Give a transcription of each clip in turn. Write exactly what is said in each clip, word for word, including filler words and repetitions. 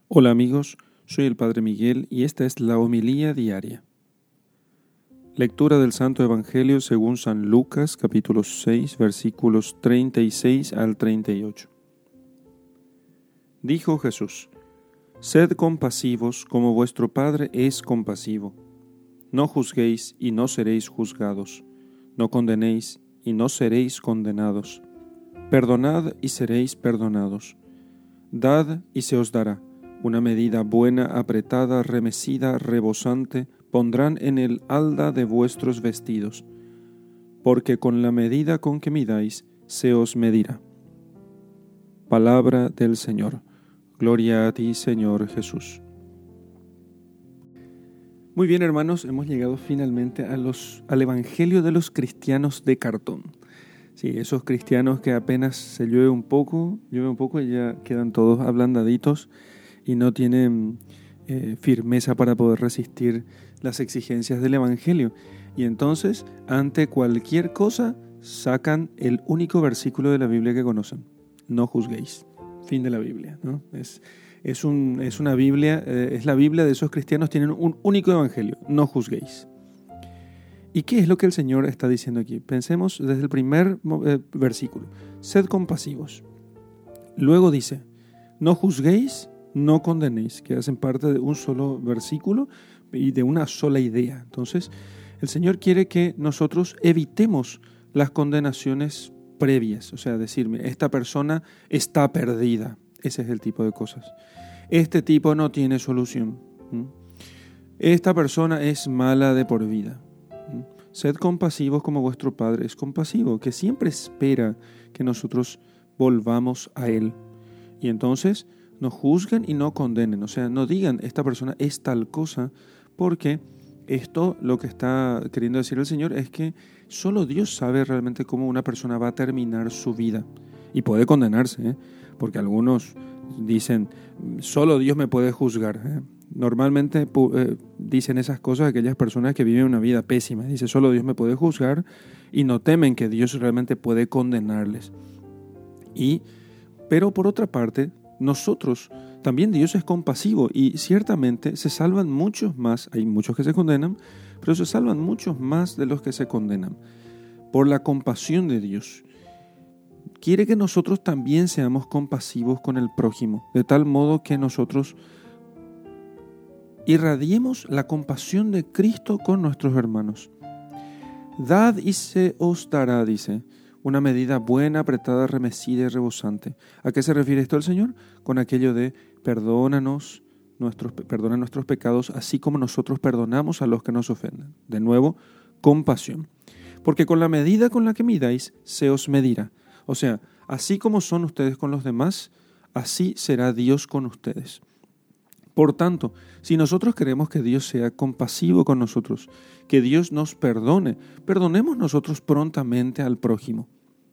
Hola amigos, soy el Padre Miguel y esta es la homilía diaria. Lectura del Santo Evangelio según San Lucas, capítulo seis, versículos treinta y seis al treinta y ocho. Dijo Jesús: Sed compasivos como vuestro Padre es compasivo. No juzguéis y no seréis juzgados. No condenéis y no seréis condenados. Perdonad y seréis perdonados. Dad y se os dará. Una medida buena, apretada, remecida, rebosante, pondrán en el halda de vuestros vestidos, porque con la medida con que midáis, se os medirá. Palabra del Señor. Gloria a ti, Señor Jesús. Muy bien, hermanos, hemos llegado finalmente a los, al Evangelio de los cristianos de cartón. Sí, esos cristianos que apenas se llueve un poco, llueve un poco y ya quedan todos ablandaditos y no tienen eh, firmeza para poder resistir las exigencias del Evangelio. Y entonces, ante cualquier cosa, sacan el único versículo de la Biblia que conocen: no juzguéis. Fin de la Biblia, ¿no? Es, es, un, es una Biblia, eh, es la Biblia de esos cristianos, tienen un único Evangelio: no juzguéis. ¿Y qué es lo que el Señor está diciendo aquí? Pensemos desde el primer eh, versículo: sed compasivos. Luego dice: no juzguéis, no condenéis, que hacen parte de un solo versículo y de una sola idea. Entonces, el Señor quiere que nosotros evitemos las condenaciones previas, o sea, decirme, esta persona está perdida. Ese es el tipo de cosas. Este tipo no tiene solución. Esta persona es mala de por vida. Sed compasivos como vuestro Padre es compasivo, que siempre espera que nosotros volvamos a Él. Y entonces no juzguen y no condenen, o sea, no digan esta persona es tal cosa, porque esto lo que está queriendo decir el Señor es que solo Dios sabe realmente cómo una persona va a terminar su vida. Y puede condenarse, ¿eh? Porque algunos dicen, solo Dios me puede juzgar, ¿eh? Normalmente eh, dicen esas cosas aquellas personas que viven una vida pésima. Dice, solo Dios me puede juzgar, y no temen que Dios realmente puede condenarles. Y, pero por otra parte, nosotros, también Dios es compasivo y ciertamente se salvan muchos más, hay muchos que se condenan, pero se salvan muchos más de los que se condenan por la compasión de Dios. Quiere que nosotros también seamos compasivos con el prójimo, de tal modo que nosotros irradiemos la compasión de Cristo con nuestros hermanos. Dad y se os dará, dice, una medida buena, apretada, remecida y rebosante. ¿A qué se refiere esto el Señor? Con aquello de perdónanos, nuestros, perdona nuestros pecados, así como nosotros perdonamos a los que nos ofenden. De nuevo, compasión. Porque con la medida con la que midáis, se os medirá. O sea, así como son ustedes con los demás, así será Dios con ustedes. Por tanto, si nosotros queremos que Dios sea compasivo con nosotros, que Dios nos perdone, perdonemos nosotros prontamente al prójimo.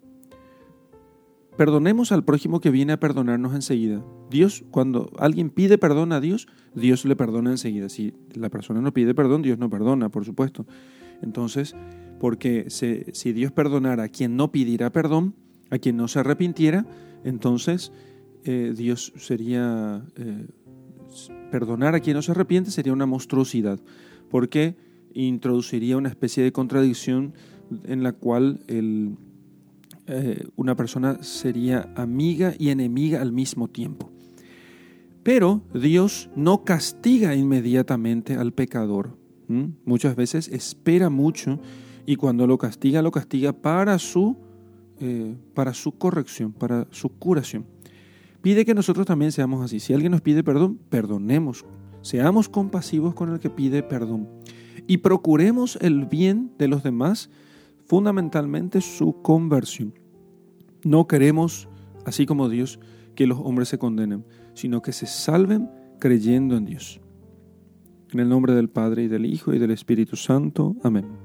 Perdonemos al prójimo que viene a perdonarnos enseguida. Dios, cuando alguien pide perdón a Dios, Dios le perdona enseguida. Si la persona no pide perdón, Dios no perdona, por supuesto. Entonces, porque se, si Dios perdonara a quien no pidiera perdón, a quien no se arrepintiera, entonces eh, Dios sería... Eh, perdonar a quien no se arrepiente sería una monstruosidad, porque introduciría una especie de contradicción en la cual el, eh, una persona sería amiga y enemiga al mismo tiempo. Pero Dios no castiga inmediatamente al pecador. ¿Mm? Muchas veces espera mucho y cuando lo castiga, lo castiga para su, eh, para su corrección, para su curación. Pide que nosotros también seamos así. Si alguien nos pide perdón, perdonemos. Seamos compasivos con el que pide perdón. Y procuremos el bien de los demás, fundamentalmente su conversión. No queremos, así como Dios, que los hombres se condenen, sino que se salven creyendo en Dios. En el nombre del Padre, y del Hijo, y del Espíritu Santo. Amén.